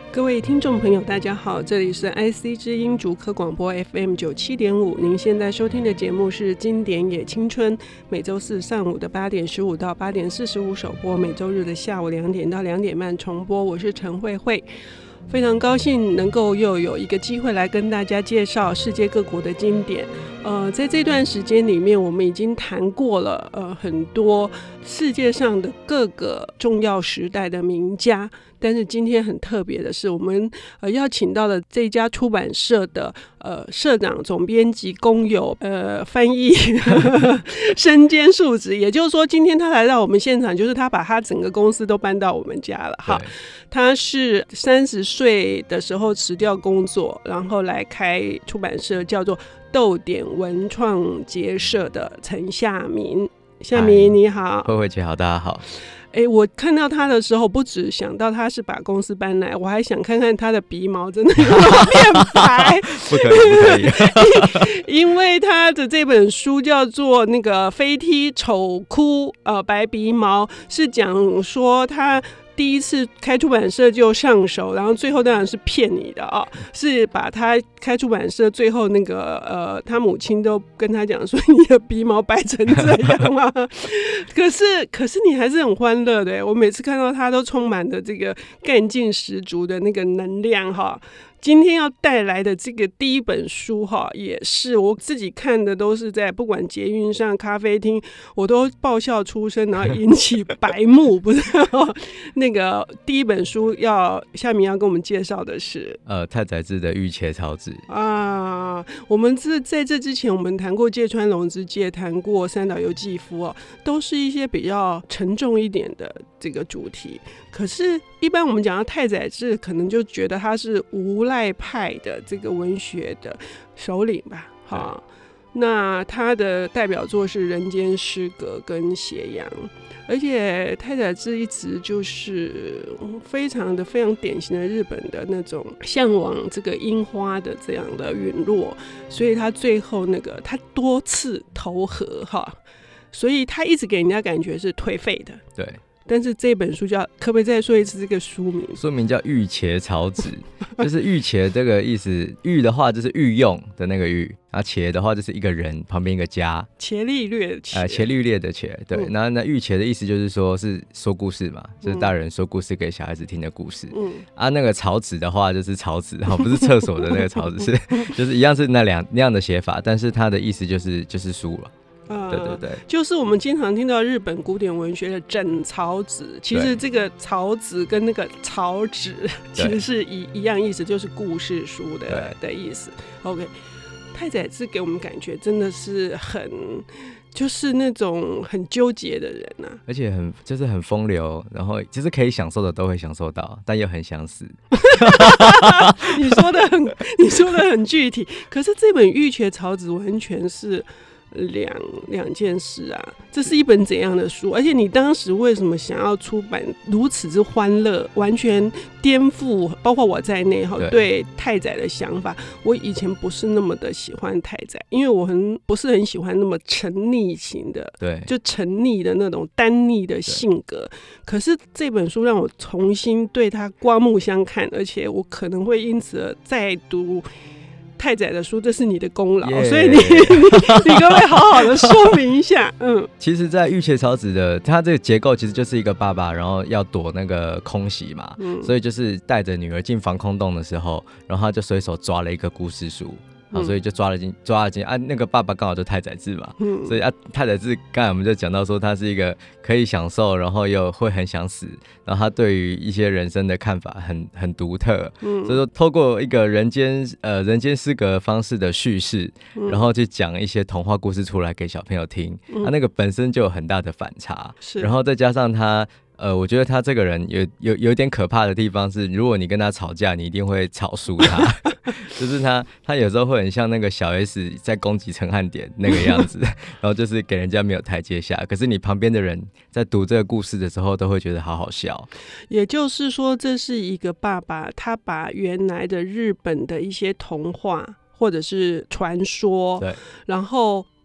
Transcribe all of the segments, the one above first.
各位听众朋友大家好，这里是 IC 之音竹科广播 FM 97.5，您现在收听的节目是经典也青春，每周四上午的8点15到8点45首播，每周日的下午2点到2点半重播。我是陈慧慧，非常高兴能够又有一个机会来跟大家介绍世界各国的经典。在这段时间里面，我们已经谈过了很多世界上的各个重要时代的名家，但是今天很特别的是，我们邀请到了这家出版社的社长、总编辑、工友、翻译身兼数职，也就是说，今天他来到我们现场，就是他把他整个公司都搬到我们家了哈。他是30岁的时候辞掉工作，然后来开出版社，叫做逗点文创结社的陈夏民。夏民你好。 慧慧姐好，大家好。 我看到他的时候，不只想到他是把公司搬来，我还想看看他的鼻毛真的有没有变白。 不可以因为他的这本书叫做那个飞踢丑哭白鼻毛，是讲说他第一次开出版社就上手，然后最后当然是骗你的是把他开出版社最后那个他母亲都跟他讲说你的鼻毛白成这样吗？可是你还是很欢乐的，我每次看到他都充满着这个干劲十足的那个能量哈。今天要带来的这个第一本书也是我自己看的，都是在不管捷运上、咖啡厅，我都爆笑出声，然后引起白目。不是那个第一本书下面要跟我们介绍的是太宰治的《御茄草子》 啊。我们在这之前，我们谈过芥川龙之介，谈过三岛由纪夫都是一些比较沉重一点的这个主题。可是，一般我们讲到太宰治，可能就觉得他是无赖派的这个文学的首领吧。那他的代表作是《人间失格》跟《斜阳》，而且太宰治一直就是非常典型的日本的那种向往这个樱花的这样的陨落，所以他最后他多次投河所以他一直给人家感觉是颓废的。 对。 但是这本书可不可以再说一次这个书名？ 书名叫《御茄草子》，就是御茄这个意思。御的话就是御用的那个御，然后茄的话就是一个人旁边一个家， 伽利略的茄， 伽利略的茄。对，那御茄的意思就是说是说故事嘛，就是大人说故事给小孩子听的故事。那个草子的话就是草子，不是厕所的那个草子，就是一样是那样的写法，但是它的意思就是书了。对对对， 就是我们经常听到日本古典文学的枕草子，其实这个草子跟那个草纸其实是一样意思，就是故事书的意思。OK， 太宰治给我们感觉真的是就是那种很纠结的人而且就是很风流，然后就是可以享受的都会享受到，但又很想死。 你说的很具体，可是这本《御茄草子》完全是两件事啊！这是一本怎样的书？而且你当时为什么想要出版如此之欢乐，完全颠覆包括我在内对太宰的想法？我以前不是那么的喜欢太宰，因为我不是很喜欢那么沉溺型的，对，就沉溺的那种单溺的性格。可是这本书让我重新对他刮目相看，而且我可能会因此而再读太宰的书，这是你的功劳，所以你可不可以好好的说明一下？ 其实在御茄草子的它这个结构其实就是一个爸爸然后要躲那个空袭嘛，所以就是带着女儿进防空洞的时候，然后他就随手抓了一个故事书，所以就抓了进那个爸爸刚好就太宰治嘛，所以太宰治刚才我们就讲到说他是一个可以享受然后又会很想死，然后他对于一些人生的看法很独特，所以说透过一个人间失格的方式的叙事，然后去讲一些童话故事出来给小朋友听，那个本身就有很大的反差，然后再加上他我觉得他这个人有点可怕的地方是，如果你跟他吵架，你一定会吵输他。就是他有时候会很像那个小 S 在攻击陈汉典那个样子，然后就是给人家没有台阶下。可是你旁边的人在读这个故事的时候，都会觉得好好笑。 也就是说，这是一个爸爸，他把原来的日本的一些童话或者是传说，然后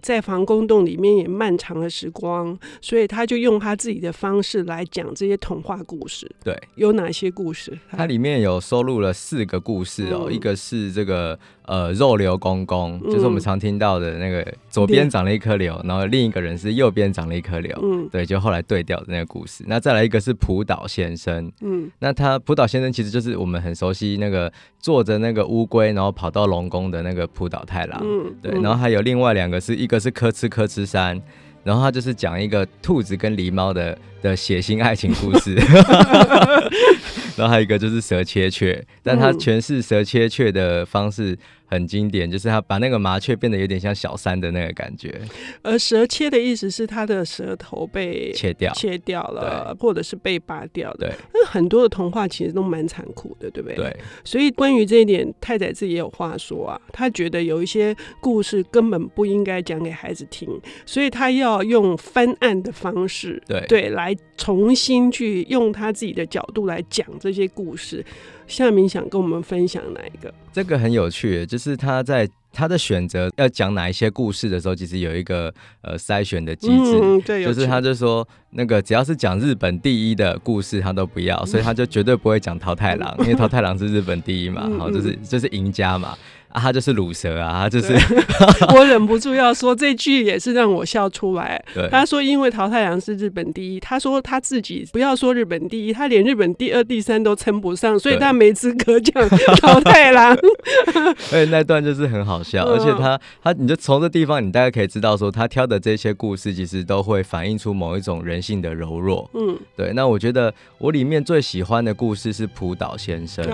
在防空洞里面也漫长的时光，所以他就用他自己的方式来讲这些童话故事。 对， 有哪些故事？ 它里面有收录了4个故事一个是这个肉瘤公公，就是我们常听到的那个左边长了一颗瘤，然后另一个人是右边长了一颗瘤，对，就后来对调的那个故事。那再来一个是浦岛先生，那他浦岛先生其实就是我们很熟悉那个坐着那个乌龟然后跑到龙宫的那个浦岛太郎，对，然后还有另外2个是一个是科吃山，然后他就是讲一个兔子跟狸猫的血腥爱情故事然后还有一个就是蛇切雀，但他诠释蛇切雀的方式很经典，就是他把那个麻雀变得有点像小三的那个感觉。 蛇切的意思是他的舌头被切掉了，或者是被拔掉的。那很多的童话其实都蛮残酷的，对不对？ 对。 所以关于这一点，太宰治也有话说啊，他觉得有一些故事根本不应该讲给孩子听，所以他要用翻案的方式，对，来重新去用他自己的角度来讲这些故事。夏民想跟我们分享哪一个？ 这个很有趣，就是他在他的选择要讲哪一些故事的时候，其实有一个筛选的机制，就是他就说那个只要是讲日本第一的故事他都不要，所以他就绝对不会讲桃太郎，因为桃太郎是日本第一嘛，就是赢家嘛。他就是鲁蛇啊，他就是我忍不住要说这句也是让我笑出来。他说因为桃太郎是日本第一，他说他自己不要说日本第一，他连日本第2、第3都称不上，所以他没资格讲桃太郎而且那段就是很好笑，而且他你就从这地方你大概可以知道说他挑的这些故事其实都会反映出某一种人性的柔弱。对，那我觉得我里面最喜欢的故事是浦岛先生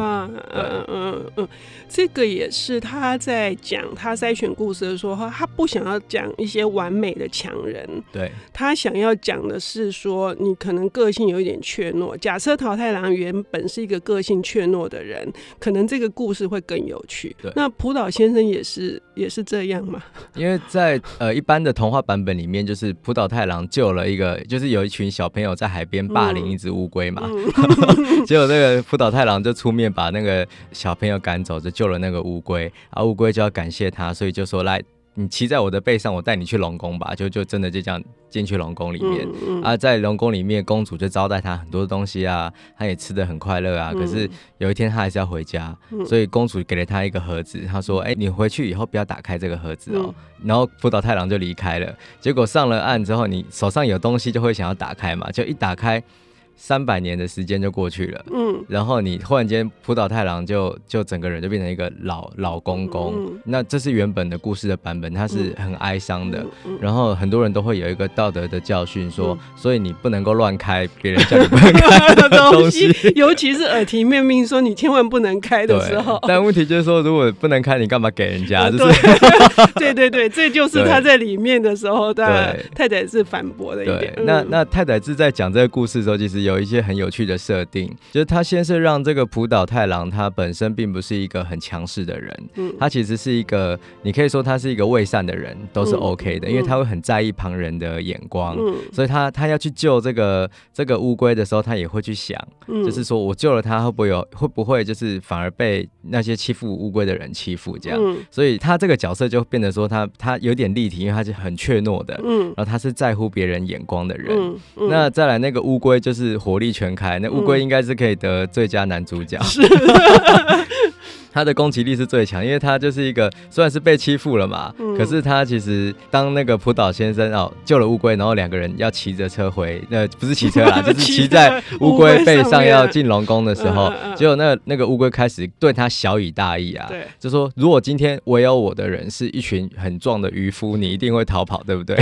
这个也是他在讲他筛选故事的时候，他不想要讲一些完美的强人， 对， 他想要讲的是说你可能个性有一点怯懦，假设桃太郎原本是一个个性怯懦的人，可能这个故事会更有趣。那浦岛先生也是这样吗？因为在一般的童话版本里面，就是浦岛太郎救了一个，就是有一群小朋友在海边霸凌一只乌龟嘛，结果那个浦岛太郎就出面把那个小朋友赶走，就救了那个乌龟，乌龟就要感谢他，所以就说来你骑在我的背上，我带你去龙宫吧，就真的就这样进去龙宫里面。在龙宫里面公主就招待他很多东西啊，他也吃得很快乐啊，可是有一天他还是要回家，所以公主给了他一个盒子，他说你回去以后不要打开这个盒子哦。然后浦岛太郎就离开了，结果上了岸之后，你手上有东西就会想要打开嘛，就一打开300年的时间就过去了，然后你忽然间浦岛太郎就整个人就变成一个老公公，那这是原本的故事的版本，它是很哀伤的，然后很多人都会有一个道德的教训说，所以你不能够乱开别人叫你不能开的东西尤其是耳提面命说你千万不能开的时候。 但问题就是说如果不能开你干嘛给人家，就是对，这就是他在里面的时候太宰治反驳的一点。 那太宰治在讲这个故事的时候，其实有一些很有趣的设定，就是他先是让这个浦岛太郎他本身并不是一个很强势的人，他其实是一个你可以说他是一个伪善的人都是 OK 的，因为他会很在意旁人的眼光，所以他要去救这个乌龟的时候，他也会去想，就是说我救了他会不会就是反而被那些欺负乌龟的人欺负这样，所以他这个角色就变得说他有点立体，因为他是很怯懦的，然后他是在乎别人眼光的人。那再来那个乌龟就是火力全开，那乌龟应该是可以得最佳男主角，他的攻击力是最强，因为他就是一个虽然是被欺负了嘛，可是他其实当那个浦岛先生救了乌龟，然后2个人要骑着车回，不是骑车啦，就是骑在乌龟背上要进龙宫的时候，结果那个乌龟开始对他小以大义啊，就说如果今天围殴我的人是一群很壮的渔夫，你一定会逃跑，对不对？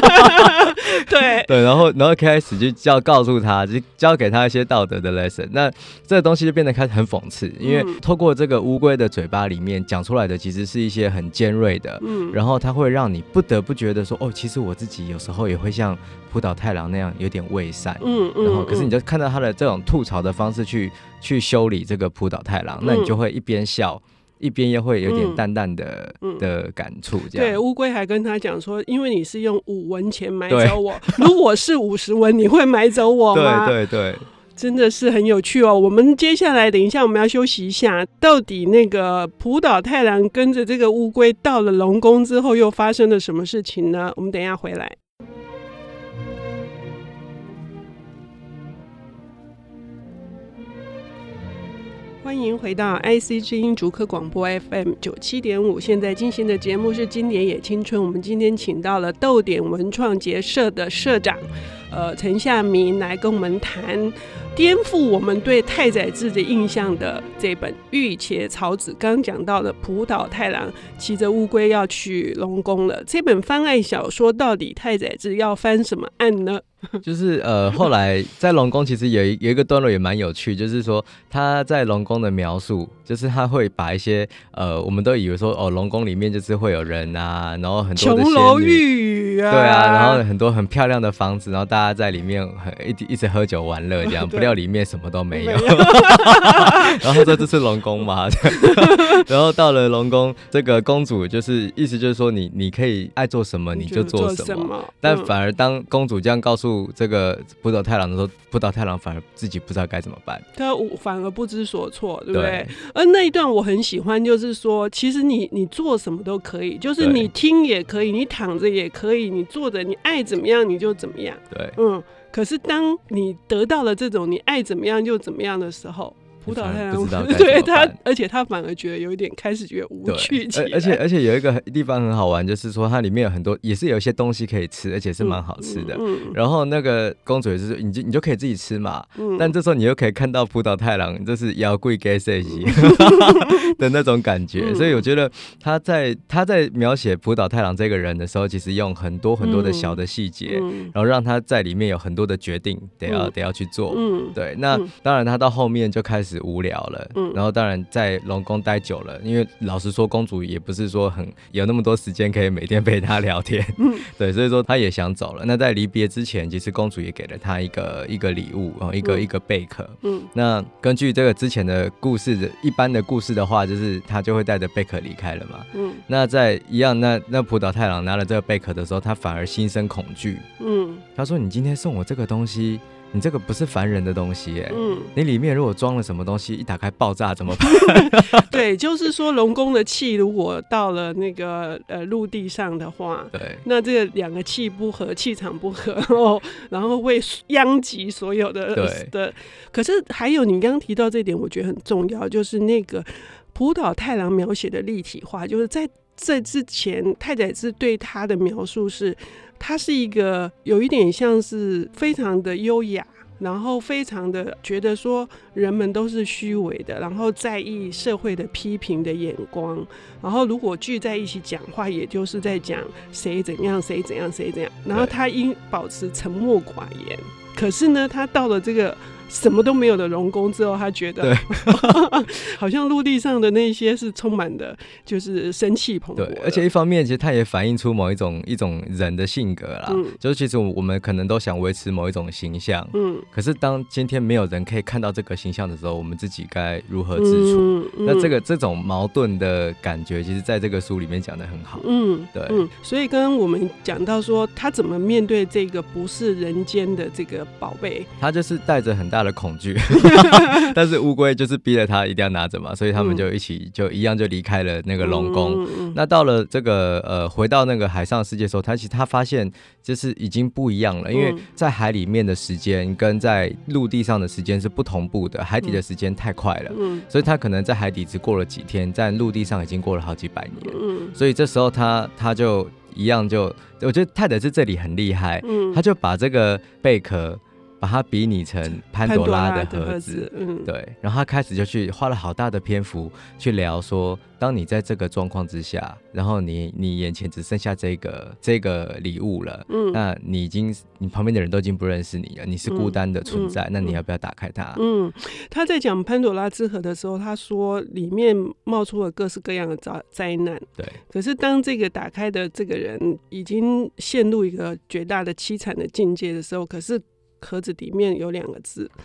对，然后开始就告诉他，就教给他一些道德的 lesson。那这个东西就变得开始很讽刺，因为透过这个乌龟的嘴巴里面讲出来的其实是一些很尖锐的，然后它会让你不得不觉得说，其实我自己有时候也会像浦岛太郎那样有点伪善，然后可是你就看到他的这种吐槽的方式去修理这个浦岛太郎，那你就会一边笑。一边又会有点淡淡的感触，这样。 对，乌龟还跟他讲说，因为你是用5文钱买走我，如果是50文，你会买走我吗？ 对。 真的是很有趣哦。我们接下来等一下我们要休息一下，到底那个浦岛太郎跟着这个乌龟到了龙宫之后又发生了什么事情呢？我们等一下回来。欢迎回到 IC 之音竹科广播 FM 97.5，现在进行的节目是经典也青春。我们今天请到了逗点文创结社的社长陈夏明来跟我们谈颠覆我们对太宰治的印象的这本《御茄草子》。刚刚讲到了浦岛太郎骑着乌龟要去龙宫了，这本番外小说到底太宰治要翻什么案呢？ 就是后来在龙宫其实有一个段落也蛮有趣，就是说他在龙宫的描述，就是他会把一些我们都以为说龙宫里面就是会有人啊，然后很多的琼楼玉宇啊， 对啊，然后很多很漂亮的房子，然后大家在里面一直喝酒玩乐这样，不料里面什么都没有然后说这是龙宫嘛然后到了龙宫，这个公主就是意思就是说你可以爱做什么你就做什么，但反而当公主这样告诉这个浦岛太郎的时候，浦岛太郎反而自己不知道该怎么办， 他反而不知所措，对不对？而那一段我很喜欢，就是说其实你做什么都可以，就是你听也可以，你躺着也可以，你坐着，你爱怎么样你就怎么样， 对， 可是当你得到了这种你爱怎么样就怎么样的时候，浦岛太郎对他，而且他反而觉得有一点开始觉得无趣起来。 而且有一个地方很好玩，就是说它里面有很多也是有一些东西可以吃，而且是蛮好吃的。然后那个公主也是你就可以自己吃嘛。但这时候你又可以看到浦岛太郎就是摇贵给谁的那种感觉，所以我觉得他在描写浦岛太郎这个人的时候，其实用很多很多的小的细节，然后让他在里面有很多的决定得要去做。对，那当然他到后面就开始无聊了，然后当然在龙宫待久了，因为老实说公主也不是说有那么多时间可以每天陪他聊天，对，所以说他也想走了。那在离别之前，其实公主也给了他一个礼物，一个贝壳。那根据这个之前的故事一般的故事的话，就是他就会带着贝壳离开了嘛。那在一样，那浦岛太郎拿了这个贝壳的时候，他反而心生恐惧。他说：“你今天送我这个东西。”你这个不是凡人的东西耶，你里面如果装了什么东西，一打开爆炸怎么办？ 对，就是说龙宫的气如果到了那个陆地上的话，对，那这个两个气不合，气场不合，然后会殃及所有的。对。可是还有你刚刚提到这点，我觉得很重要，就是那个浦岛太郎描写的立体化，就是在这之前太宰治对他的描述是他是一个有一点像是非常的优雅，然后非常的觉得说人们都是虚伪的，然后在意社会的批评的眼光，然后如果聚在一起讲话也就是在讲谁怎样谁怎样谁怎样，然后他应保持沉默寡言。可是呢他到了这个什么都没有的龙宫之后，他觉得好像陆地上的那些是充满的就是生气蓬勃的。 对，而且一方面其实它也反映出某一种人的性格啦，就是其实我们可能都想维持某一种形象，可是当今天没有人可以看到这个形象的时候，我们自己该如何自处？那这种矛盾的感觉，其实在这个书里面讲得很好。对， 所以刚刚我们讲到说他怎么面对这个不是人间的这个宝贝， 他就是带着很大的恐惧但是乌龟就是逼了他一定要拿着嘛，所以他们就一样就离开了那个龙宫。那到了这个回到那个海上世界的时候，他发现就是已经不一样了，因为在海里面的时间跟在陆地上的时间是不同步的，海底的时间太快了，所以他可能在海底只过了几天，在陆地上已经过了好几百年，所以这时候他就一样我觉得太宰治这里很厉害，他就把这个贝壳把它比拟成潘多拉的盒子，对，然后他开始就去花了好大的篇幅去聊说，当你在这个状况之下，然后你眼前只剩下这个礼物了，那你旁边的人都已经不认识你了，你是孤单的存在，那你要不要打开它？ 他在讲潘多拉之盒的时候，他说里面冒出了各式各样的灾难，对，可是当这个打开的这个人已经陷入一个绝大的凄惨的境界的时候，可是盒子里面有2个字，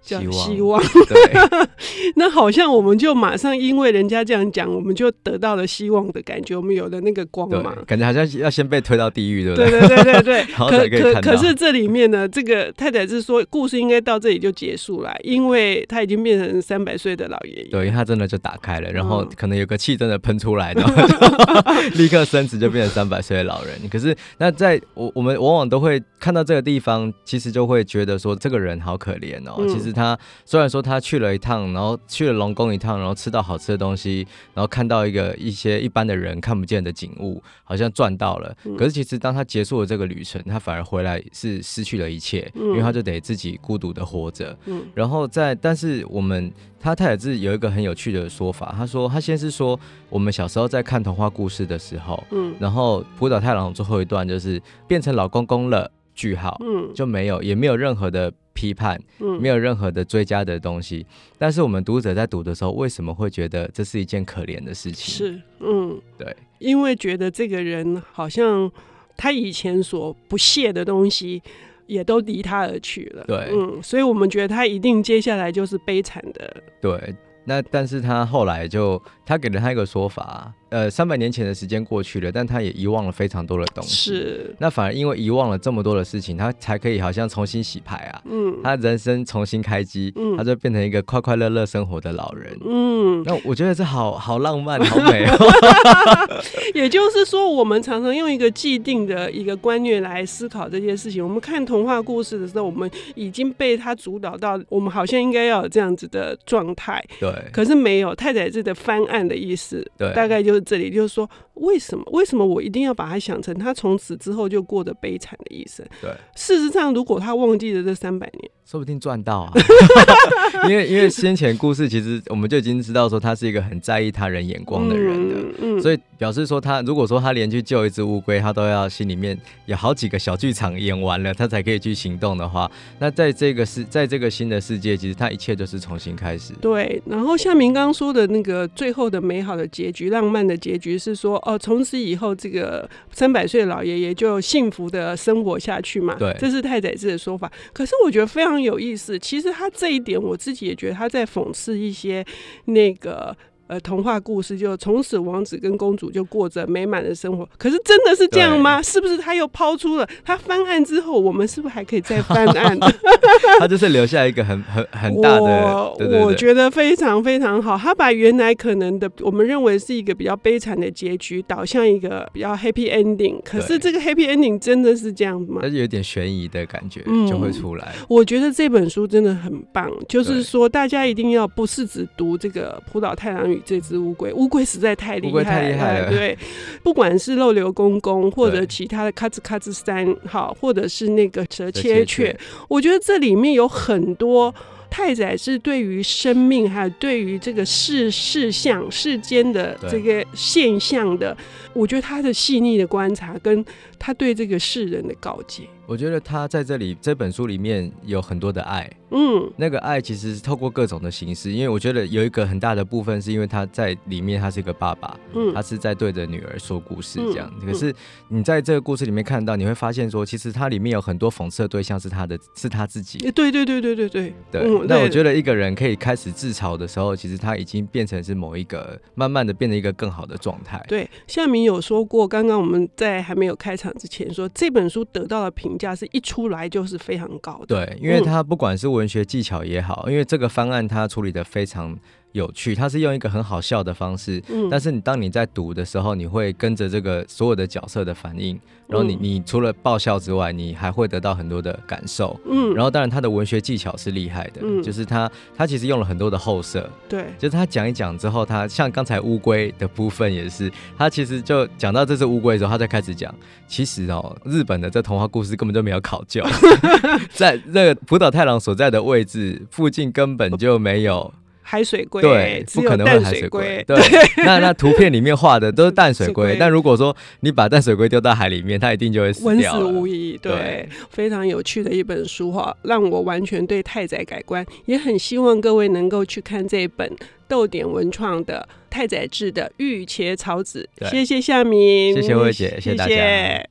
叫希望。 对， 那好像我们就马上因为人家这样讲，我们就得到了希望的感觉，我们有了那个光芒， 感觉好像要先被推到地狱，对不对？ 对对对对对。 然后才可以看到。 可是这里面呢，这个太宰治说故事应该到这里就结束了，因为他已经变成300岁的老爷爷。 对，因为他真的就打开了，然后可能有个气真的喷出来，然后就立刻升值就变成300岁的老人。可是那在我们往往都会看到这个地方，其实就会觉得说这个人好可怜哦。其实他虽然说他去了一趟，然后去了龙宫一趟，然后吃到好吃的东西，然后看到一些一般的人看不见的景物，好像赚到了。可是其实当他结束了这个旅程，他反而回来是失去了一切，因为他就得自己孤独的活着。然后但是他太宰治有一个很有趣的说法，他先是说我们小时候在看童话故事的时候，然后浦岛太郎最后一段就是变成老公公了，句号，就也没有任何的批判，没有任何的追加的东西。但是我们读者在读的时候，为什么会觉得这是一件可怜的事情？ 是， 对， 因为觉得这个人好像他以前所不屑的东西也都离他而去了， 对， 所以我们觉得他一定接下来就是悲惨的， 对。那但是他后来他给了他一个说法，300年前的时间过去了，但他也遗忘了非常多的东西。 是， 那反而因为遗忘了这么多的事情，他才可以好像重新洗牌啊，他人生重新开机，他就变成一个快快乐乐生活的老人。那我觉得这好浪漫，好美哦。 也就是说，我们常常用一个既定的一个观念来思考这件事情。我们看童话故事的时候，我们已经被他主导到，我们好像应该要有这样子的状态。 对， 可是没有。太宰治的翻案的意思，对，大概就是这里，就是说为什么我一定要把他想成他从此之后就过得悲惨的一生？对，事实上，如果他忘记了这300年， 说不定赚到啊。因为先前故事其实我们就已经知道说他是一个很在意他人眼光的人的，所以表示说如果说他连去救一只乌龟，他都要心里面有好几个小剧场演完了，他才可以去行动的话，那在这个新的世界，其实他一切就是重新开始。 对，然后夏明刚刚说的那个最后的美好的结局，浪漫的结局是说，从此以后这个300岁的老爷爷就幸福的生活下去嘛。对，这是太宰治的说法。可是我觉得非常有意思，其实他这一点我自己也觉得他在讽刺一些那个童话故事，就从此王子跟公主就过着美满的生活。可是真的是这样吗？是不是他又抛出了他翻案之后，我们是不是还可以再翻案？ 他就是留下一个很大的， 我觉得非常非常好。他把原来可能的我们认为是一个比较悲惨的结局，导向一个比较 happy ending。可是这个 happy ending 真的是这样吗？ 而且有点悬疑的感觉就会出来。 我觉得这本书真的很棒，就是说大家一定要不是只读这个浦岛太郎与这只乌龟实在太厉害了，对，不管是漏流公公或者其他的咔吱咔吱山，好，或者是那个蛇切雀，我觉得这里面有很多太宰治对于生命还有对于这个世间的这个现象的，我觉得他的细腻的观察跟他对这个世人的告诫， 我觉得他在这本书里面有很多的爱，那个爱其实是透过各种的形式，因为我觉得有一个很大的部分是因为他在里面他是一个爸爸，他是在对着女儿说故事这样，可是你在这个故事里面看到，你会发现说其实他里面有很多讽刺的对象是他自己， 对， 那我觉得一个人可以开始自嘲的时候，其实他已经变成是某一个慢慢的变成一个更好的状态。 对，夏明有说过，刚刚我们在还没有开场之前说这本书得到的评价是一出来就是非常高的， 对，因为他不管是文学技巧也好，因为这个方案他处理的非常有趣，他是用一个很好笑的方式，但是当你在读的时候，你会跟着这个所有的角色的反应，然后你除了爆笑之外，你还会得到很多的感受，然后当然他的文学技巧是厉害的，就是他其实用了很多的后设，对，就是他讲一讲之后，他像刚才乌龟的部分也是，他其实就讲到这只乌龟的时候，他再开始讲，其实日本的这童话故事根本就没有考究，在那个浦岛太郎所在的位置附近根本就没有海水龟， 对，不可能会海水龟。对，那图片里面画的都是淡水龟，但如果说你把淡水龟丢到海里面，它一定就会死掉了， 文死无疑。对，非常有趣的一本书哈，让我完全对太宰改观，也很希望各位能够去看这本逗点文创的太宰治的《御茄草子》。谢谢夏明， 谢谢魏姐，谢谢大家。